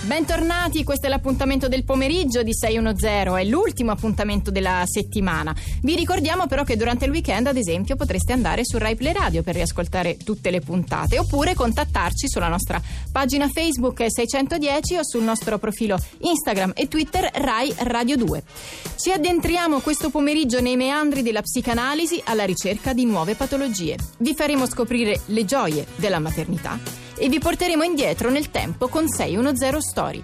Bentornati, questo è l'appuntamento del pomeriggio di 610, è l'ultimo appuntamento della settimana. Vi ricordiamo però che durante il weekend, ad esempio, potreste andare su Rai Play Radio per riascoltare tutte le puntate, oppure contattarci sulla nostra pagina Facebook 610 o sul nostro profilo Instagram e Twitter Rai Radio 2. Ci addentriamo questo pomeriggio nei meandri della psicanalisi alla ricerca di nuove patologie. Vi faremo scoprire le gioie della maternità e vi porteremo indietro nel tempo con 610 Story.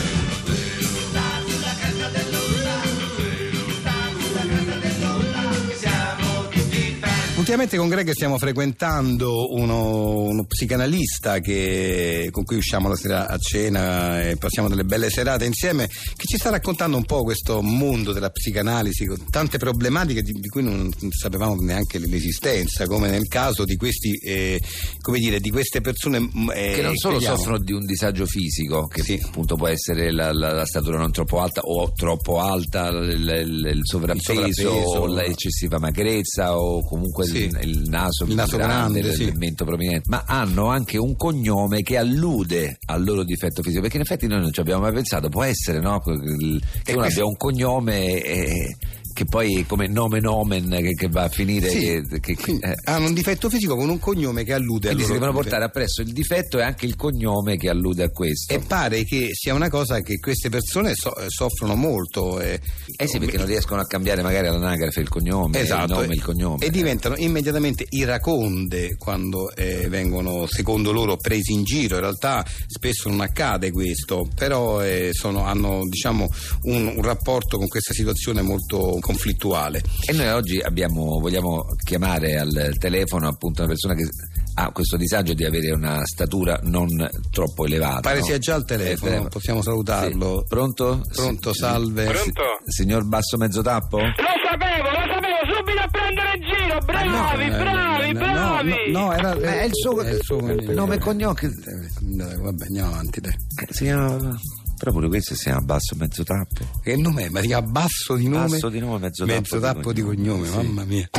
Ultimamente con Greg stiamo frequentando uno psicanalista con cui usciamo la sera a cena e passiamo delle belle serate insieme, che ci sta raccontando un po' questo mondo della psicanalisi con tante problematiche di cui non sapevamo neanche l'esistenza, come nel caso di questi di queste persone che non solo soffrono di un disagio fisico, che sì, appunto può essere la statura non troppo alta o troppo alta, il sovrappeso o l'eccessiva magrezza o comunque sì, il naso grande, sì, il mento prominente, ma hanno anche un cognome che allude al loro difetto fisico, perché in effetti noi non ci abbiamo mai pensato. Può essere, no? Che uno abbia un cognome che poi come nomen che va a finire, sì, hanno un difetto fisico con un cognome che allude. Quindi si devono portare appresso il difetto e anche il cognome che allude a questo. E pare che sia una cosa che queste persone soffrono molto. Sì, perché non riescono a cambiare magari all'anagrafe il cognome, esatto, il nome, il cognome. E diventano immediatamente iraconde quando vengono, secondo loro, presi in giro. In realtà spesso non accade questo, però hanno diciamo un rapporto con questa situazione molto conflittuale. E noi oggi vogliamo chiamare al telefono appunto una persona che ha questo disagio di avere una statura non troppo elevata. Pare sia già al telefono, possiamo salutarlo. Sì. Pronto? Pronto, salve. Pronto? Signor Basso Mezzo Tappo? Lo sapevo, subito a prendere in giro, bravi. No, è il suo nome e cognome. Vabbè, andiamo avanti, dai. Però pure questo si chiama Basso Mezzo Tappo. Che nome è? Ma si chiama Basso di nome? Basso di nome, Mezzo Tappo di cognome, sì. Mamma mia.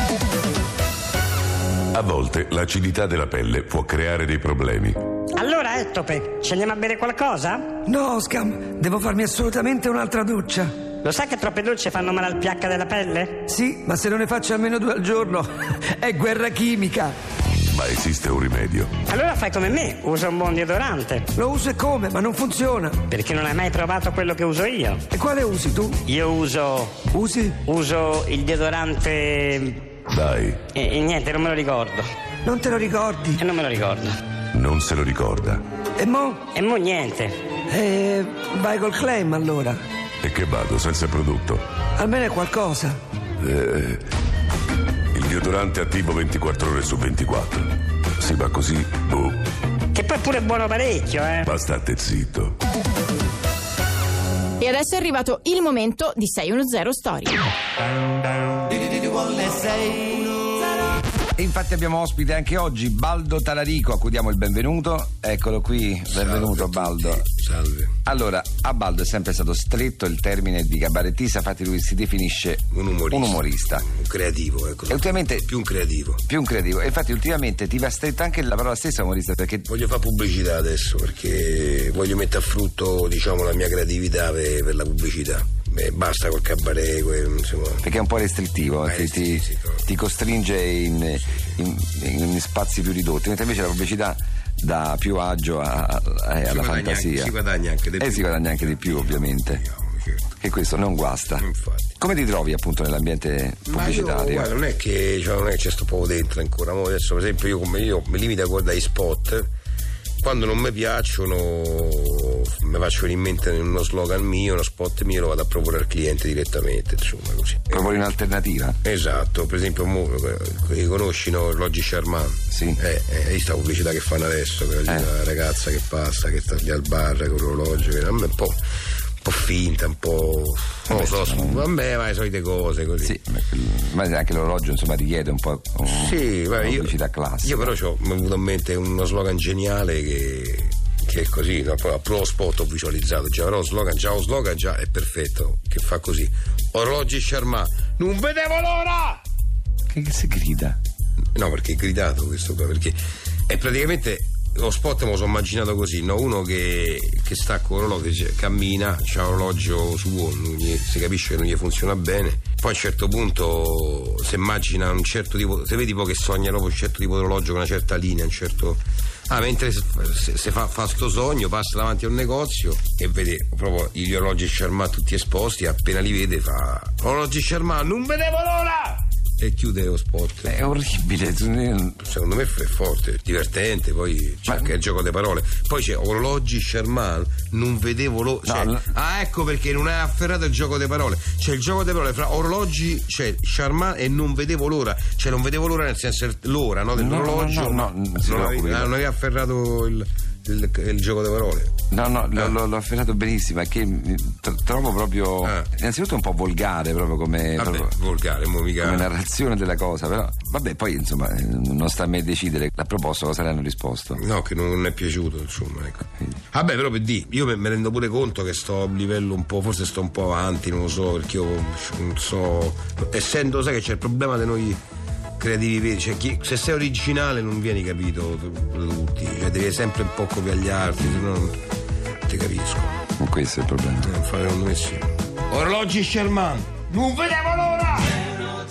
A volte l'acidità della pelle può creare dei problemi. Allora, Ettope, ci andiamo a bere qualcosa? No, Scam, devo farmi assolutamente un'altra doccia. Lo sai che troppe docce fanno male al pH della pelle? Sì, ma se non ne faccio almeno 2 al giorno è guerra chimica. Ma esiste un rimedio. Allora fai come me, usa un buon deodorante. Lo uso e come, ma non funziona. Perché non hai mai provato quello che uso io? E quale usi tu? Io uso... Usi? Uso il deodorante... Dai. E niente, non me lo ricordo. Non te lo ricordi? E non me lo ricordo. Non se lo ricorda. E mo? E mo niente. Vai col claim allora. E che vado senza prodotto? Almeno è qualcosa. Il deodorante attivo 24 ore su 24. Si va così, Che poi pure è buono parecchio, Basta, state zitto. E adesso è arrivato il momento di 610 Story. E infatti abbiamo ospite anche oggi Baldo Talarico, a cui diamo il benvenuto. Eccolo qui, benvenuto. Salve, Baldo. Salve. Allora, a Baldo è sempre stato stretto il termine di cabarettista, infatti lui si definisce un umorista. Un creativo, ecco. E ultimamente più un creativo. E infatti ultimamente ti va stretta anche la parola stessa, umorista, perché voglio fare pubblicità adesso, perché voglio mettere a frutto, diciamo, la mia creatività per la pubblicità. Basta col cabaret, insomma. Perché è un po' restrittivo, ti costringe in spazi più ridotti, mentre invece la pubblicità dà più agio alla fantasia. Si guadagna anche di più. Si guadagna anche di più, ovviamente. Certo. Che questo non guasta. Infatti. Come ti trovi appunto nell'ambiente pubblicitario? Guarda, non è che c'è sto poco dentro ancora. Adesso, per esempio, io mi limito a guardare i spot. Quando non mi piacciono, mi faccio venire in mente uno slogan mio, uno spot mio, lo vado a proporre al cliente direttamente, insomma, così. Proponi un'alternativa? Esatto, per esempio conosci, no, Loggi Charmant? Sì. Hai sta pubblicità che fanno adesso, la ragazza che passa, che sta lì al bar con l'orologio, a me un po' finta, un po'. Non lo so, a me va le solite cose così. Sì, ma anche l'orologio insomma richiede un po' una pubblicità classica. Io però mi è venuto in mente uno slogan geniale che è così, no? Poi lo spot ho visualizzato, già lo slogan già è perfetto, che fa così: Orologi Charmant, non vedevo l'ora! Che si grida? No, perché è gridato questo qua, perché è praticamente lo spot me lo sono immaginato così, no? Uno che sta con l'orologio, cammina, c'ha l'orologio su si capisce che non gli funziona bene, poi a un certo punto si immagina un certo tipo, se vedi poi che sogna proprio un certo tipo di orologio con una certa linea, un certo... mentre se fa sto sogno, passa davanti a un negozio e vede proprio gli orologi Charmat tutti esposti, appena li vede fa: orologi Charmat, non vedevo l'ora! E chiude lo spot. È orribile. Secondo me è forte, divertente, poi c'è anche il gioco di parole. Poi c'è orologi Charmat, non vedevo l'ora. Ecco perché non è afferrato il gioco di parole. C'è il gioco di parole fra orologi, c'è Charmat e non vedevo l'ora. Cioè non vedevo l'ora nel senso l'ora, no? Dell'orologio. Non aveva afferrato il gioco di parole. L'ho afferrato benissimo, è che trovo proprio innanzitutto un po' volgare proprio come volgare, come narrazione della cosa, però vabbè, poi insomma non sta a me decidere. L'ha proposto, cosa le hanno risposto? No, che non è piaciuto, insomma, ecco. Vabbè, però per dire, io mi rendo pure conto che sto a un livello un po', forse sto un po' avanti, non lo so, perché io non so, essendo, sai che c'è il problema di noi creativi, cioè se sei originale non vieni capito da tutti, cioè devi sempre un po' copiagliarti, se no non ti capisco. Questo è il problema. Secondo me sì. Orologi Sherman, non vedevo l'ora!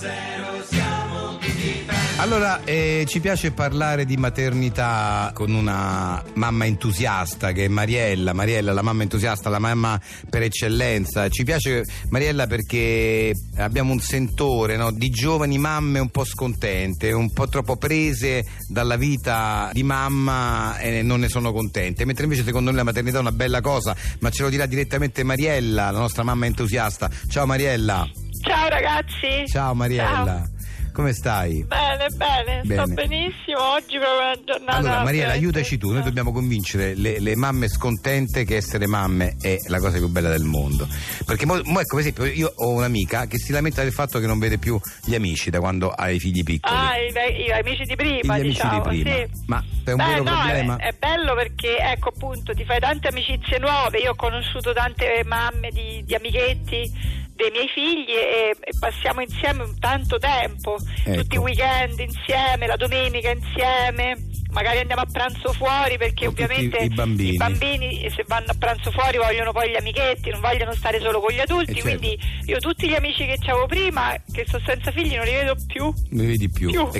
Allora, ci piace parlare di maternità con una mamma entusiasta che è Mariella, la mamma entusiasta, la mamma per eccellenza. Ci piace Mariella perché abbiamo un sentore, no, di giovani mamme un po' scontente, un po' troppo prese dalla vita di mamma e non ne sono contente, mentre invece secondo noi la maternità è una bella cosa, ma ce lo dirà direttamente Mariella, la nostra mamma entusiasta. Ciao Mariella. Ciao ragazzi. Ciao Mariella. Ciao. Come stai? Bene, sto benissimo. Oggi proprio una giornata. Allora, Mariella, aiutaci tu. Noi dobbiamo convincere le mamme scontente che essere mamme è la cosa più bella del mondo. Perché mo ecco, per esempio, io ho un'amica che si lamenta del fatto che non vede più gli amici da quando ha i figli piccoli. Gli amici di prima, diciamo. Amici di prima. Sì. Ma è un vero problema? È bello perché, ecco, appunto, ti fai tante amicizie nuove. Io ho conosciuto tante mamme di amichetti dei miei figli e passiamo insieme tanto tempo, ecco. Tutti i weekend insieme, la domenica insieme, magari andiamo a pranzo fuori perché con ovviamente i bambini se vanno a pranzo fuori vogliono poi gli amichetti, non vogliono stare solo con gli adulti, certo. Quindi io tutti gli amici che avevo prima, che sono senza figli, non li vedo più. Non li vedi più. E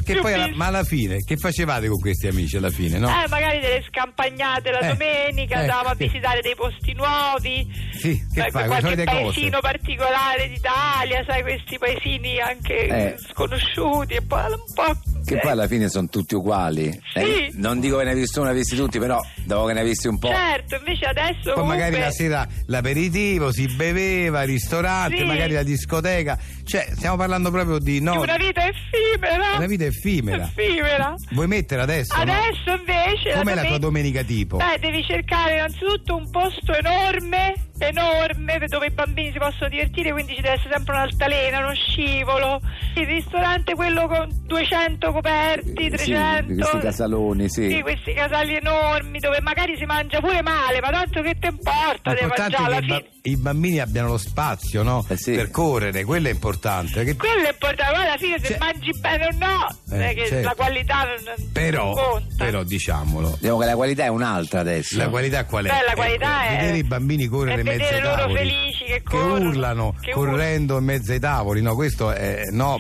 ma alla fine che facevate con questi amici alla fine, no? Magari delle scampagnate la domenica, andavamo a visitare dei posti nuovi. Sì, che fai? Qualche paesino particolare d'Italia, sai, questi paesini anche sconosciuti e poi un po'. Che poi alla fine sono tutti uguali. Sì. Non dico che ne hai visto uno, ne hai visti tutti, però dopo che ne hai visti un po'. Certo, invece adesso. Poi magari la sera l'aperitivo, si beveva, il ristorante, magari la discoteca. Cioè, stiamo parlando proprio di una vita effimera. Una vita effimera. Vuoi mettere adesso? Adesso no? Invece. Com'è la tua domenica tipo? Devi cercare innanzitutto un posto enorme dove i bambini si possono divertire, quindi ci deve essere sempre un'altalena, uno scivolo, il ristorante quello con 200 coperti, 300, questi casaloni, sì, questi casali enormi dove magari si mangia pure male, ma tanto che te importa, devi mangiare alla fine. I bambini abbiano lo spazio, no? Per correre, quello è importante. Perché... Quello è importante, ma alla fine se mangi bene o no, che certo. La qualità non conta. Però diciamolo. Diciamo che la qualità è un'altra adesso. La qualità qual è? La qualità è vedere i bambini correre in mezzo ai tavoli. Loro felici che urlano, correndo in mezzo ai tavoli, no? Questo è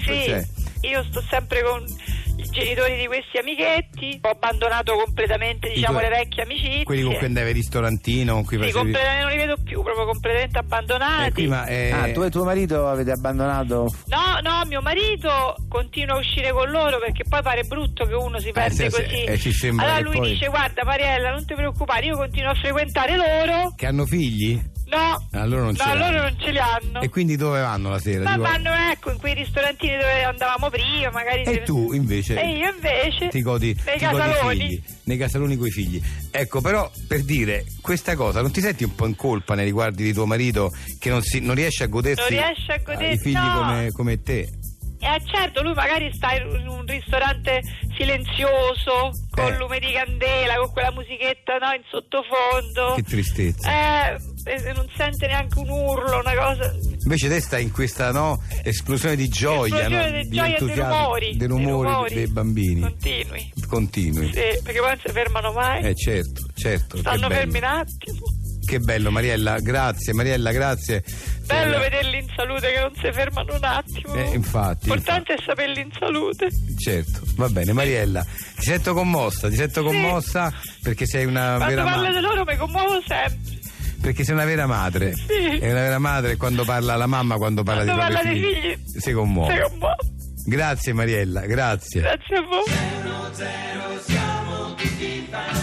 io sto sempre con i genitori di questi amichetti, ho abbandonato completamente, diciamo, le vecchie amicizie. Quelli con cui andavi al ristorantino, con cui facevi... completamente non li vedo più, proprio completamente abbandonati. Tu e tuo marito avete abbandonato? No, mio marito continua a uscire con loro perché poi pare brutto che uno si perde così. Ci sembra allora lui dice: guarda Mariella, non ti preoccupare, io continuo a frequentare loro. Che hanno figli? No, loro non ce li hanno. E quindi dove vanno la sera? Ma vanno, ecco, in quei ristorantini dove andavamo prima, magari. E tu invece? E io invece ti godi casaloni. Figli, nei casaloni coi figli. Ecco, però per dire questa cosa, non ti senti un po' in colpa nei riguardi di tuo marito che non riesce a godersi i figli come te? Certo, lui magari sta in un ristorante silenzioso, con lume di candela, con quella musichetta in sottofondo. Che tristezza. Non sente neanche un urlo, una cosa. Invece te stai in questa esplosione di gioia, di entusiasmo, dei rumori dei bambini. Continui. Sì, perché poi non si fermano mai. Certo. Stanno fermi un attimo. Che bello, Mariella, grazie. Bello vederli in salute, che non si fermano un attimo. Infatti. L'importante è saperli in salute. Certo, va bene, Mariella, ti sento commossa perché sei una vera madre. Quando parlo di loro mi commuovo sempre. Perché sei una vera madre. Sì. È una vera madre quando parla la mamma, quando parla dei propri figli. Si commuove. Grazie Mariella, grazie. Grazie a voi. 0-0 siamo tutti fan.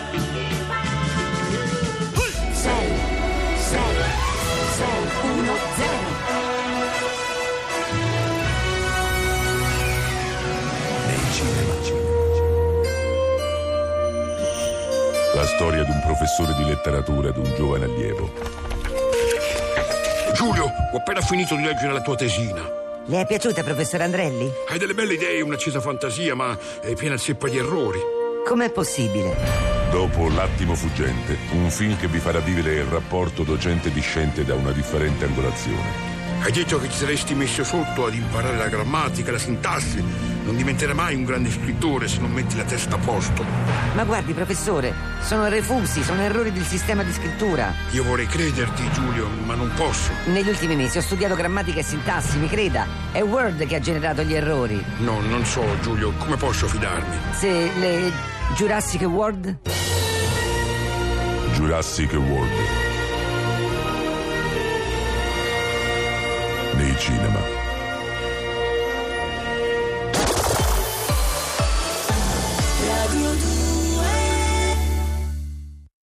6-6-1-0. La storia di un professore di letteratura ed un giovane allievo. Giulio, ho appena finito di leggere la tua tesina. Le è piaciuta, professor Andrelli? Hai delle belle idee, un'accesa fantasia, ma è piena zeppa di errori. Com'è possibile? Dopo L'attimo fuggente, un film che vi farà vivere il rapporto docente-discente da una differente angolazione. Hai detto che ti saresti messo sotto ad imparare la grammatica, la sintassi. Non diventerai mai un grande scrittore se non metti la testa a posto. Ma guardi, professore, sono refusi, sono errori del sistema di scrittura. Io vorrei crederti, Giulio, ma non posso. Negli ultimi mesi ho studiato grammatica e sintassi, mi creda. È Word che ha generato gli errori. No, non so, Giulio, come posso fidarmi? Se le Jurassic World? Jurassic World. Nei cinema.